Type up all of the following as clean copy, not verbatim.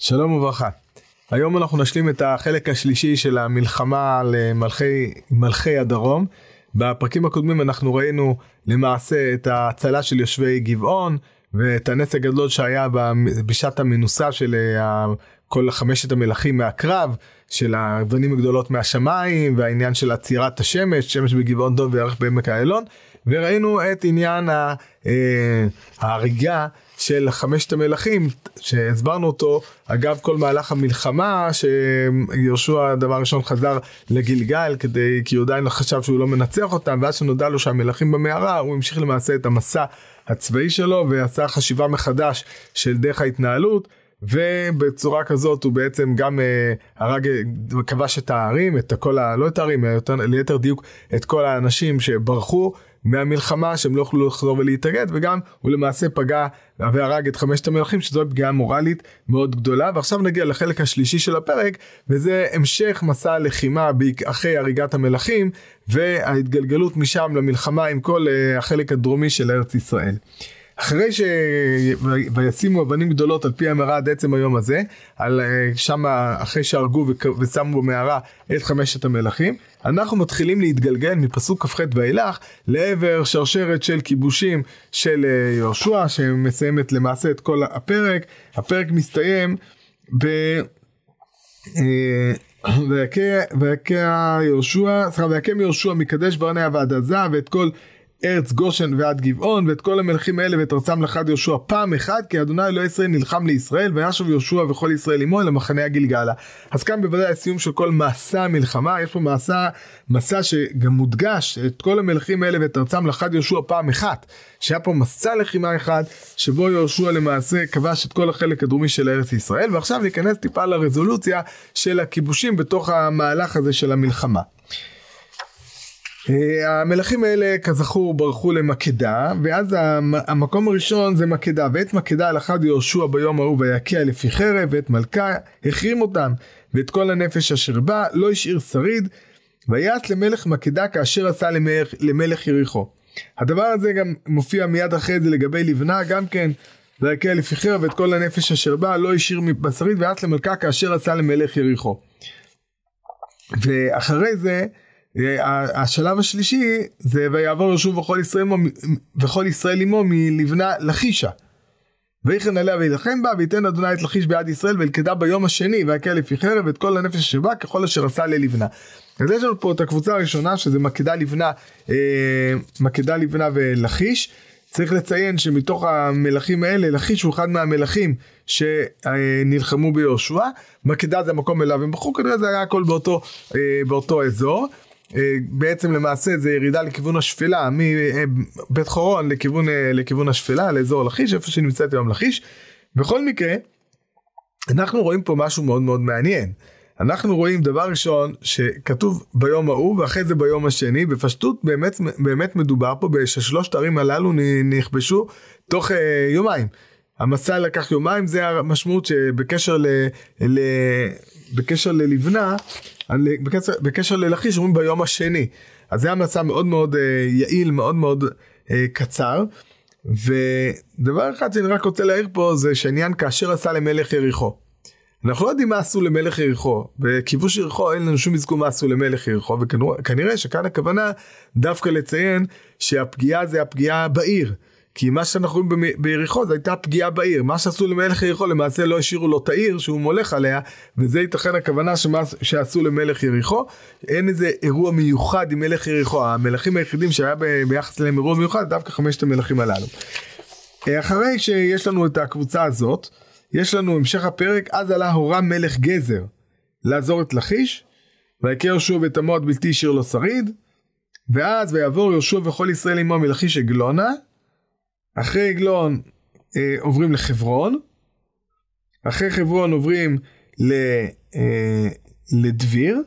שלום וברכה. היום אנחנו נשלים את החלק השלישי של המלחמה על מלכי הדרום. בפרקים הקודמים אנחנו ראינו למעשה את ההצלה של יושבי גבעון ואת הנס הגדול שהיה בשעת המנוסה של כל חמשת המלכים מהקרב, של האבנים הגדולות מהשמיים והעניין של עצירת השמש, שמש בגבעון דום וירח בעמק האילון, וראינו את עניין ההריגה של חמשת המלכים שהסברנו אותו אגב כל מהלך המלחמה, שיהושע דבר ראשון חזר לגילגל כי הוא עדיין חשב שהוא לא מנצח אותם, ואז שנודע לו שהמלכים במערה הוא המשיך למעשה את המסע הצבאי שלו ועשה חשיבה מחדש של דרך ההתנהלות, ובצורה כזאת הוא בעצם גם כבש את הערים, את כל לא את הערים, ליתר דיוק את כל האנשים שברחו מהמלחמה שהם לא יכולו לחזור ולהתאגד, וגם הוא למעשה פגע והרג את חמשת המלכים, שזו פגיעה מורלית מאוד גדולה. ועכשיו נגיע לחלק השלישי של הפרק, וזה המשך מסע הלחימה אחרי הריגת המלכים וההתגלגלות משם למלחמה עם כל החלק הדרומי של ארץ ישראל. אחרי וישימו אבנים גדולות על פי המערה עד עצם היום הזה, שם אחרי שהרגו ושמו במערה את חמשת המלכים, אנחנו מתחילים להתגלגל מפסוק כ"ח ואילך לעבר שרשרת של כיבושים של יהושע, שמסיימת למעשה את כל הפרק. הפרק מסתיים ויקם יהושע מקדש ברנע ועד עזה ואת כל ארץ גושן ועד גבעון ואת כל המלכים האלה ואת ארצם לחד יהושע פעם אחת, כי אדוני אלוהי ישראל נלחם לישראל וישוב יהושע וכל ישראל עמו אל המחנה הגלגלה. אז כאן בוודאי הסיום של כל מסע המלחמה. יש פה מסע שגם מודגש את כל המלכים האלה ואת ארצם לחד יהושע פעם אחת, שהיה פה מסע לחימה אחד שבו יהושע למעשה כבש את כל החלק הדרומי של ארץ ישראל. ועכשיו ניכנס טיפה לרזולוציה של הכיבושים בתוך המהלך הזה של המלחמה. המלכים האלה כזכור ברחו למקדה, ואז המקום הראשון זה מקדה, ואת מקדה לחד יהושע ביום ההוא ויקיע לפי חרב, ואת מלכה החרים אותם, ואת כל הנפש אשר בה לא השאיר שריד, ויעש למלך מקדה כאשר עשה למלך יריחו. הדבר הזה גם מופיע מיד אחרי זה לגבי לבנה, גם כן ויקיע לפי חרב ואת כל הנפש אשר בה לא השאיר בשריד, ויעש למלכה כאשר עשה למלך יריחו. ואחרי זה השלב השלישי זה ויעבור יהושע וכל ישראל עמו מלבנה לחישה, ויכן עליה וילחם בה, ויתן אדוני את לכיש ביד ישראל וילכדה ביום השני ויקיע לפי חרב ואת כל הנפש אשר בה ככל אשר עשה ללבנה. אז יש לנו פה את הקבוצה הראשונה שזה מקדה לבנה ולכיש. צריך לציין שמתוך המלכים האלה לכיש הוא אחד מהמלכים שנלחמו ביהושע. מקדה זה המקום אליו הם בחרו, כנראה זה היה הכל באותו אזור. בעצם למעשה זה ירידה לכיוון השפלה, מבית חורון לכיוון השפלה, לאזור לכיש, איפה שנמצאת היום לכיש. בכל מקרה, אנחנו רואים פה משהו מאוד מאוד מעניין. אנחנו רואים דבר ראשון שכתוב ביום ההוא, ואחרי זה ביום השני. בפשטות באמת מדובר פה בשלושת הערים הללו נכבשו תוך יומיים. המסע לקח יומיים, זה המשמעות שבקשר ללבנה, בקשר ללכיש אומרים ביום השני. אז זה המסע מאוד מאוד יעיל, מאוד מאוד קצר. ודבר אחד שאני רק רוצה להעיר פה זה שעניין כאשר עשה למלך יריחו. אנחנו לא יודעים מה עשו למלך יריחו, בכיבוש יריחו אין לנו שום מזכור מה עשו למלך יריחו, וכנראה שכאן הכוונה דווקא לציין שהפגיעה זה הפגיעה בעיר, כי מה שאנחנו רואים ביריחו זה הייתה פגיעה בעיר. מה שעשו למלך יריחו למעשה לא השאירו לו את העיר שהוא מולך עליה, וזה ייתכן הכוונה שעשו למלך יריחו. אין איזה אירוע מיוחד עם מלך יריחו, המלכים היחידים שהיה ביחס להם אירוע מיוחד דווקא חמשת המלכים הללו. אחרי שיש לנו את הקבוצה הזאת, יש לנו המשך הפרק. אז עלה הורם מלך גזר לעזור את לכיש, ויקע יהושע ואת עמו עד בלתי השאיר לו שריד, ואז ויעבור יהושע וכל ישראל עמו מלכיש עגלונה. אחרי עגלון עוברים לחברון, אחרי חברון עוברים לדביר,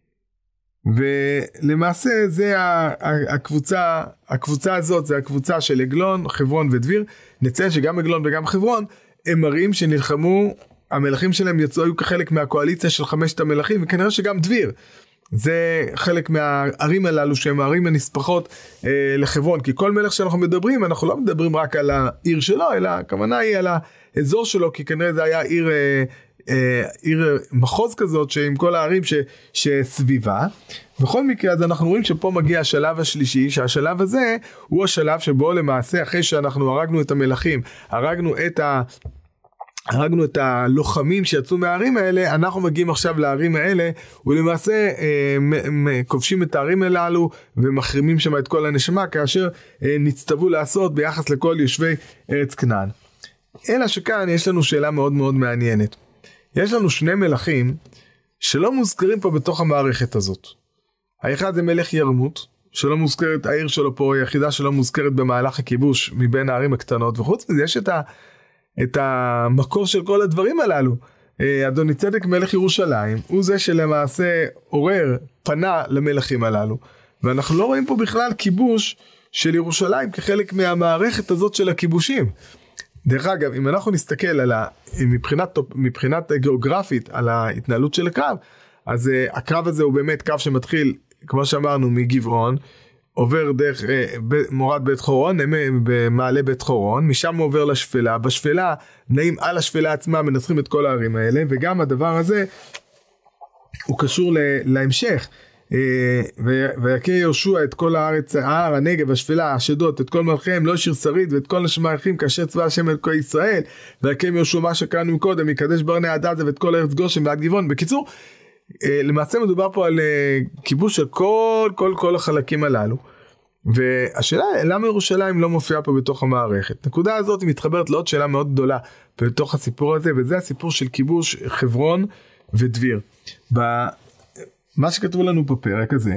ולמעשה זה הקבוצה הזאת, זה הקבוצה של עגלון, חברון ודביר. נציין שגם עגלון וגם חברון הם מראים שנלחמו, המלכים שלהם היו כחלק מהקואליציה של חמשת המלכים, וכנראה שגם דביר זה חלק מהערים הללו שהם הערים הנספחות לחברון. כי כל מלך שאנחנו מדברים, אנחנו לא מדברים רק על העיר שלו, אלא הכוונה היא על האזור שלו, כי כנראה זה היה עיר מחוז כזאת שעם כל הערים שסביבה. בכל מקרה אז אנחנו רואים שפה מגיע השלב השלישי, שהשלב הזה הוא השלב שבו למעשה אחרי שאנחנו הרגנו את המלכים, הרגנו את הלוחמים שיצאו מהערים האלה, אנחנו מגיעים עכשיו לערים האלה, ולמעשה כובשים את הערים הללו, ומחרימים שם את כל הנשמה, כאשר נצטוו לעשות ביחס לכל יושבי ארץ כנען. אלא שכאן יש לנו שאלה מאוד מאוד מעניינת. יש לנו שני מלכים, שלא מוזכרים פה בתוך המערכת הזאת. האחד זה מלך ירמות, שלא מוזכרת, העיר שלו פה, היחידה שלא מוזכרת במהלך הכיבוש, מבין הערים הקטנות, וחוץ מזה יש את המקור של כל הדברים הללו. אדוני צדק מלך ירושלים הוא זה שלמעשה פנה למלכים הללו, ואנחנו לא רואים פה בכלל כיבוש של ירושלים כחלק מהמערכת הזאת של הכיבושים. דרך אגב, אם אנחנו נסתכל מבחינת גיאוגרפית על ההתנהלות של הקרב, אז הקרב הזה הוא באמת קרב שמתחיל, כמו שאמרנו, מגבעון, עובר דרך מורד בית חורון, במעלה בית חורון, משם הוא עובר לשפלה, בשפלה נעים על השפלה עצמה, מנצחים את כל הערים האלה, וגם הדבר הזה הוא קשור להמשך, ויקה יהושע את כל הארץ, ההר, הנגב, השפלה, השדות, את כל מלכיהם, לא השאיר שריד, ואת כל נשמה מלכים, כאשר צבא השם אל כל ישראל, ויקה יהושע מה שקראנו מקודם, יקדש ברני עדזה ואת כל ארץ גושן ועד גבעון. בקיצור, למעשה מדובר פה על כיבוש של כל החלקים הללו, והשאלה למה ירושלים לא מופיעה פה בתוך המערכת. נקודה הזאת היא מתחברת לעוד שאלה מאוד גדולה בתוך הסיפור הזה, וזה הסיפור של כיבוש חברון ודביר. מה שכתבו לנו בפרק הזה,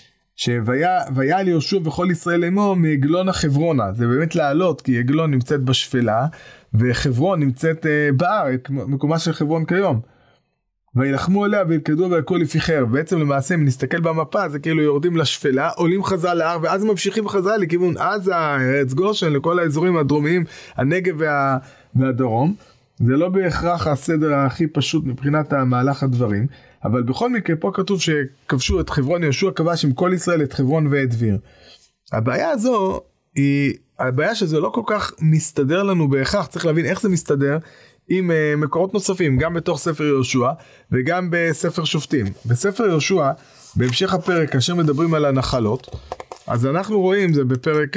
שהיה ליהושע וכל ישראל לאמור מעגלון החברונה, זה באמת לעלות, כי עגלון נמצאת בשפלה, וחברון נמצאת בהר, מקומה של חברון כיום. וילחמו עליה וילכדו והכל לפי חרב. בעצם למעשה אם נסתכל במפה זה כאילו יורדים לשפלה, עולים חזרה להר, ואז ממשיכים חזרה לכיוון עזה, ארץ גושן, לכל האזורים הדרומיים, הנגב והדרום. זה לא בהכרח הסדר הכי פשוט מבחינת המהלך הדברים, אבל בכל מקרה פה כתוב שכבשו את חברון, יהושע כבש עם כל ישראל את חברון ואת דביר. הבעיה הזו היא הבעיה שזה לא כל כך מסתדר לנו בהכרח, צריך להבין איך זה מסתדר עם מקורות נוספים, גם בתוך ספר יהושע וגם בספר שופטים. בספר יהושע, בהמשך הפרק, כאשר מדברים על הנחלות, אז אנחנו רואים, זה בפרק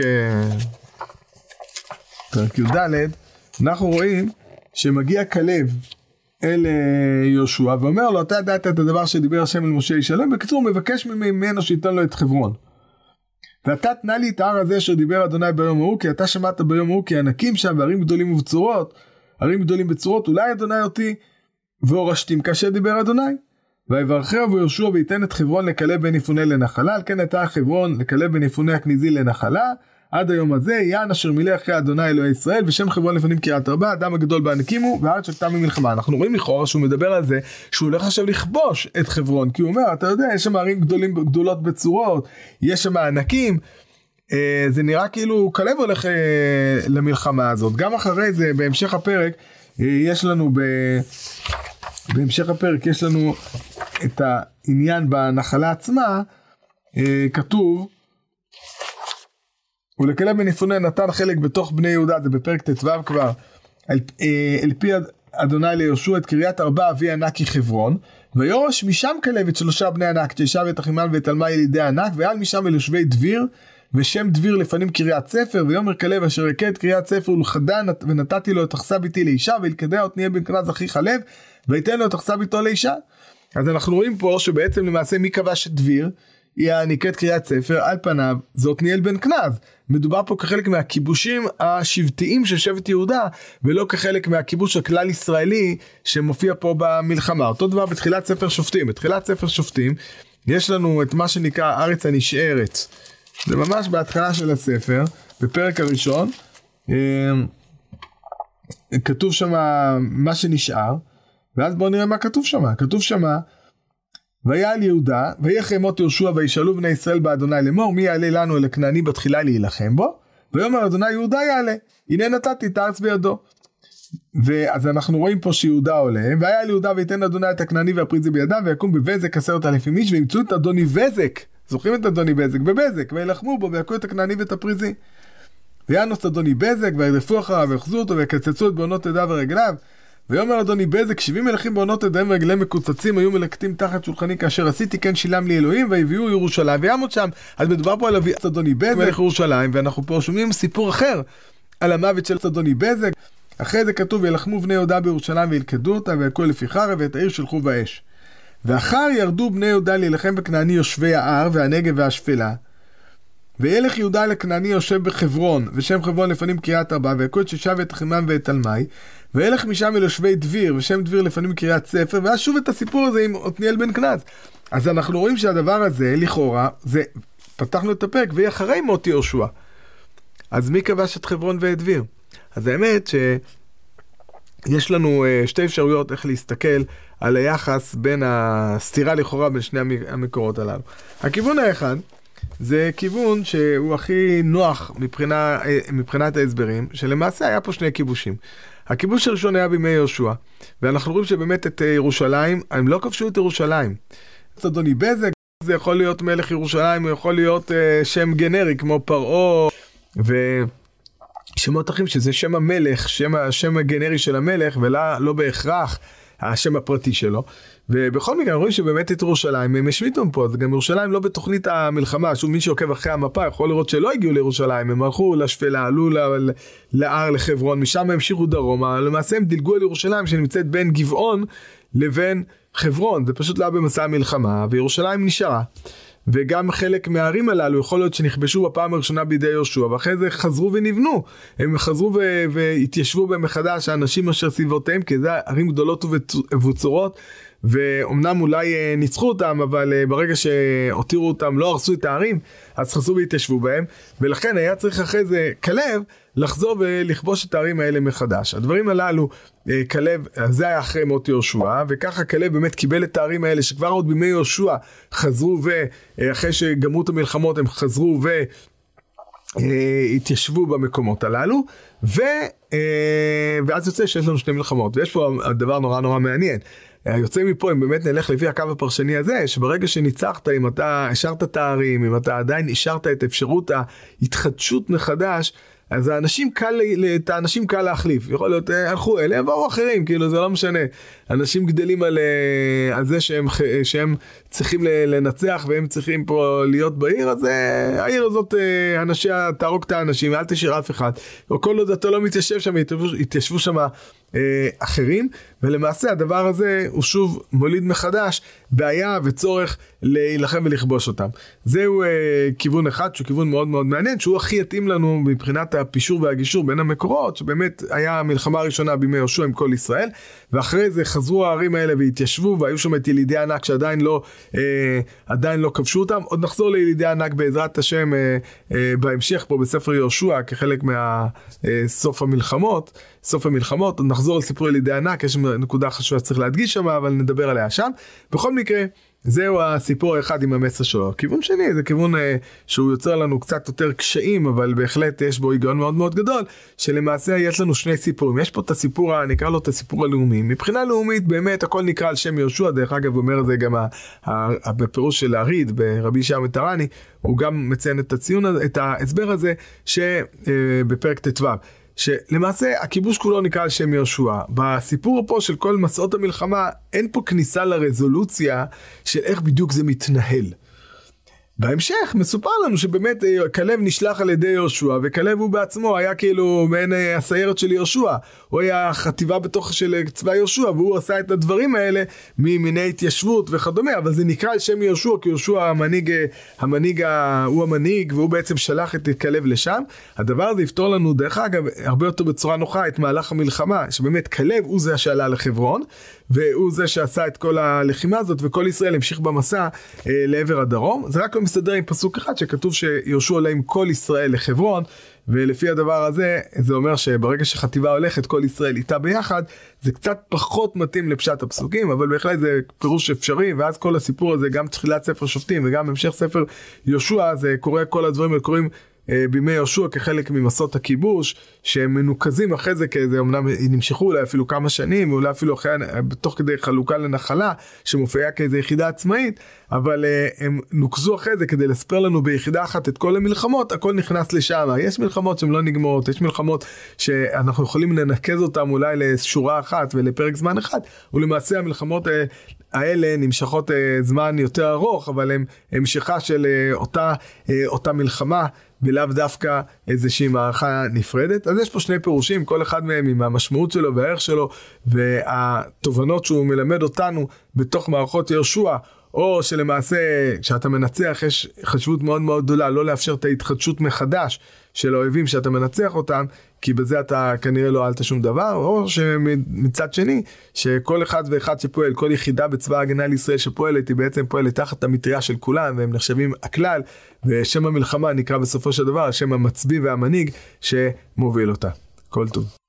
י"ד, אנחנו רואים שמגיע כלב אל יהושע ואומר לו, אתה ידעת את הדבר שדיבר השם אל משה איש אלוהים, בקיצור הוא מבקש ממנו שייתן לו את חברון. ואתה תנה לי את ההר הזה אשר דיבר אדוני ביום ההוא, כי אתה שמעת ביום ההוא כי ענקים שם וערים גדולים ובצורות, ערים גדולים בצורות, אולי אדוני אותי והורשתים כאשר דיבר אדוני. ויברכהו יהושע וייתן את חברון לכלב בן יפונה לנחלה, על כן הייתה חברון לכלב בן יפונה הכניזי לנחלה, עד היום הזה יען אשר מילא אחרי אדוני אלוהי ישראל, ושם חברון לפנים קריית ארבע, אדם הגדול בענקים הוא, והארץ שקטה ממלחמה. אנחנו רואים לכאורה שהוא מדבר על זה, שהוא הולך עכשיו לכבוש את חברון, כי הוא אומר, אתה יודע, יש שם ערים גדולות בצורות, יש שם ענקים, זה נראה כאילו כלב הולך למלחמה הזאת. גם אחרי זה, בהמשך הפרק, יש לנו בהמשך הפרק יש לנו את העניין בנחלה עצמה, כתוב, ולכלב בן יפונה נתן חלק בתוך בני יהודה, זה בפרק ט"ו כבר, אל פי אדוני ליהושע את קריית ארבע אבי ענק היא חברון, ויורש משם כלב את 3 בני ענק, שישב את אחימן ואת תלמי ילידי ענק, ועל משם אל יושבי דביר, ושם דביר לפנים קריית ספר, ויאמר כלב אשר יכה את קריית ספר ולכדה, ונתתי לו את אכסה ביתי לאישה, וילכדה אותניה בנקנז אחיך לב, ויתן לו את אכסה ביתו לאישה. אז אנחנו רואים פה שבעצם למעשה מי כבש את דביר, היא הנקראת קריית ספר, על פניו זה עתניאל בן כנז. מדובר פה כחלק מהכיבושים השבטיים של שבט יהודה, ולא כחלק מהכיבוש הכלל ישראלי שמופיע פה במלחמה. אותו דבר בתחילת ספר שופטים. בתחילת ספר שופטים יש לנו את מה שנקרא ארץ הנשארת. זה ממש בהתחלה של הספר, בפרק הראשון, כתוב שם מה שנשאר, ואז בואו נראה מה כתוב שם. כתוב שם, ויעל יהודה, ויחי מות יהושע, וישאלו בני ישראל באדוני לאמור, מי יעלה לנו אל הכנעני בתחילה להילחם בו? ויאמר אדוני יהודה יעלה, הנה נתתי את הארץ בידו. ואז אנחנו רואים פה שיהודה עולה, ויעל יהודה ויתן אדוני את הכנעני והפריזי בידם, ויקום בבזק 10,000 איש, וימצאו את אדוני בזק, זוכרים את אדוני בזק? בבזק, וילחמו בו, ויקו את הכנעני ואת הפריזי. וינוס אדוני בזק, וירדפו אחריו, ויחזו אותו, ויקצצו את בעונות ידיו ורגליו, ויאמר אדוני בזק 70 מלכים בעונות ידיים ורגליהם מקוצצים היו מלקטים תחת שולחני כאשר עשיתי כן שילם לי אלוהים ויביאו ירושלים ויעמוד שם. אז מדובר פה על אדוני בזק מלך ירושלים, ואנחנו פה שומעים סיפור אחר על המוות של אדוני בזק. אחרי זה כתוב וילחמו בני יהודה בירושלים וילכדו אותה וילכו לפי חרב ואת העיר שלחו באש. ואחר ירדו בני יהודה להילחם בכנעני יושבי ההר והנגב והשפלה. וילך יהודה לכנעני יושב בחברון, ושם חברון לפנים קריית ארבע, ויקחו את ששה ואת חמם ואת תלמי, וילך משם אל יושבי דביר, ושם דביר לפנים קריית ספר, ואז שוב את הסיפור הזה עם עתניאל בן כנז. אז אנחנו רואים שהדבר הזה, לכאורה, זה, פתחנו את הפרק, והיא אחרי מות יהושע. אז מי כבש את חברון ואת דביר? אז האמת שיש לנו שתי אפשרויות איך להסתכל על היחס בין הסתירה לכאורה בין שני המקורות הללו. הכיוון האחד, זה כיוון שהוא הכי נוח מבחינת ההסברים, שלמעשה היה פה שני כיבושים. הכיבוש הראשון היה בימי יהושע, ואנחנו רואים שבאמת את ירושלים, הם לא כבשו את ירושלים. אדוני בזק, זה יכול להיות מלך ירושלים, הוא יכול להיות שם גנרי כמו פרעה, ושמות אחרים שזה שם המלך, שם הגנרי של המלך, ולא בהכרח השם הפרטי שלו. ובכל מקרה, רואים שבאמת את ירושלים, הם השמיטו פה, אז גם ירושלים לא בתוכנית המלחמה, שוב מי שעוקב אחרי המפה יכול לראות שלא הגיעו לירושלים, הם הלכו לשפלה, עלו להר לחברון, משם הם המשיכו דרומה, למעשה הם דילגו על ירושלים שנמצאת בין גבעון לבין חברון, זה פשוט לא היה במסע המלחמה, וירושלים נשארה. וגם חלק מהערים הללו יכול להיות שנכבשו בפעם הראשונה בידי יהושע, ואחרי זה חזרו ונבנו. הם חזרו והתיישבו במחדש האנשים אשר סביבותיהם, כי זה ערים גדולות ובצורות, ואומנם אולי ניצחו אותם, אבל ברגע שהותירו אותם לא הרסו את הערים, אז חזרו והתיישבו בהם, ולכן היה צריך אחרי זה כלב לחזור ולכבוש את הערים האלה מחדש. הדברים הללו, כלב, זה היה אחרי מות יהושע, וככה כלב באמת קיבל את הערים האלה, שכבר עוד בימי יהושע חזרו, ואחרי שגמרו את המלחמות הם חזרו התיישבו במקומות הללו, ואז יוצא שיש לנו שני מלחמות, ויש פה דבר נורא נורא מעניין. יוצא מפה, אם באמת נלך לפי הקו הפרשני הזה, שברגע שניצחת, אם אתה השארת את הערים, אם אתה עדיין השארת את אפשרות ההתחדשות מחדש, אז את האנשים קל להחליף. יכול להיות, הלכו אלה, עברו אחרים, כאילו זה לא משנה. אנשים גדלים על זה שהם צריכים לנצח, והם צריכים פה להיות בעיר, אז העיר הזאת, אנשיה, תהרוג את האנשים, אל תשאיר אף אחד. או כל עוד אתה לא מתיישב שם, התיישבו שם אחרים, ולמעשה הדבר הזה הוא שוב מוליד מחדש בעיה וצורך להילחם ולכבוש אותם. זהו כיוון אחד שהוא כיוון מאוד מאוד מעניין, שהוא הכי יתאים לנו מבחינת הפישור והגישור בין המקורות, שבאמת היה המלחמה הראשונה בימי יהושע עם כל ישראל, ואחרי זה חזרו הערים האלה והתיישבו, והיו שם את ילידי ענק שעדיין לא כבשו אותם. עוד נחזור לילידי ענק בעזרת השם בהמשך פה בספר יהושע, כחלק סוף המלחמות, נחזור לסיפור ילידי ענק, יש נקודה חשובה שצריך להדגיש שם, אבל נדבר עליה שם. בכל מקרה, זהו הסיפור האחד עם המסר שלו. כיוון שני, זה כיוון שהוא יוצר לנו קצת יותר קשיים, אבל בהחלט יש בו היגיון מאוד מאוד גדול, שלמעשה יש לנו שני סיפורים. יש פה את הסיפור, נקרא לו את הסיפור הלאומי. מבחינה לאומית, באמת, הכל נקרא על שם יהושע, דרך אגב, אומר את זה גם בפירוש של הריד, ברבי ישעיהו מטרני, הוא גם מציין את ההסבר הזה, שבפרק ט"ו. שלמעשה הכיבוש כולו נקרא על שם יהושע. בסיפור פה של כל מסעות המלחמה, אין פה כניסה לרזולוציה של איך בדיוק זה מתנהל. בהמשך מסופר לנו שבאמת כלב נשלח על ידי יהושע, וכלב הוא בעצמו היה כאילו מעין הסיירת של יהושע, הוא היה חטיבה בתוך של צבא יהושע, והוא עשה את הדברים האלה ממיני התיישבות וכדומה, אבל זה נקרא על שם יהושע, כי יהושע הוא המנהיג, והוא בעצם שלח את כלב לשם. הדבר הזה יפתור לנו דרך אגב הרבה יותר בצורה נוחה את מהלך המלחמה, שבאמת כלב הוא זה שעלה לחברון, והוא זה שעשה את כל הלחימה הזאת, וכל ישראל המשיך במסע לעבר הדרום. זה רק לא מסתדר עם פסוק אחד שכתוב שיהושע עולה עם כל ישראל לחברון, ולפי הדבר הזה זה אומר שברגע שחטיבה הולכת כל ישראל איתה ביחד, זה קצת פחות מתאים לפשט הפסוקים, אבל בהחלט זה פירוש אפשרי. ואז כל הסיפור הזה, גם תחילת ספר שופטים וגם המשך ספר יהושע, זה קורה, כל הדברים האלה קוראים בימי יהושע כחלק ממסעות הכיבוש, שהם מנוקזים אחרי זה, כזה אמנם נמשכו אולי אפילו כמה שנים, ואולי אפילו אחרי, תוך כדי חלוקה לנחלה, שמופיעה כאיזו יחידה עצמאית, אבל הם נוקזו אחרי זה כדי לספר לנו ביחידה אחת את כל המלחמות, הכל נכנס לשם. יש מלחמות שהן לא נגמרות, יש מלחמות שאנחנו יכולים לנקז אותן אולי לשורה אחת ולפרק זמן אחד, ולמעשה המלחמות האלה נמשכות זמן יותר ארוך, אבל הן המשכה של אותה מלחמה, ולאו דווקא איזושהי מערכה נפרדת. אז יש פה שני פירושים, כל אחד מהם עם המשמעות שלו והערך שלו, והתובנות שהוא מלמד אותנו בתוך מערכות יהושע, או שלמעשה כשאתה מנצח יש חשיבות מאוד מאוד גדולה לא לאפשר את ההתחדשות מחדש של האויבים שאתה מנצח אותם, כי בזה אתה כנראה לא עלת שום דבר, או שמצד שני שכל אחד ואחד שפועל, כל יחידה בצבא ההגנה לישראל שפועלת היא בעצם פועלת תחת המטריה של כולם, והם נחשבים הכלל, ושם המלחמה נקרא בסופו של דבר שם המצביא והמנהיג שמוביל אותה. כל טוב.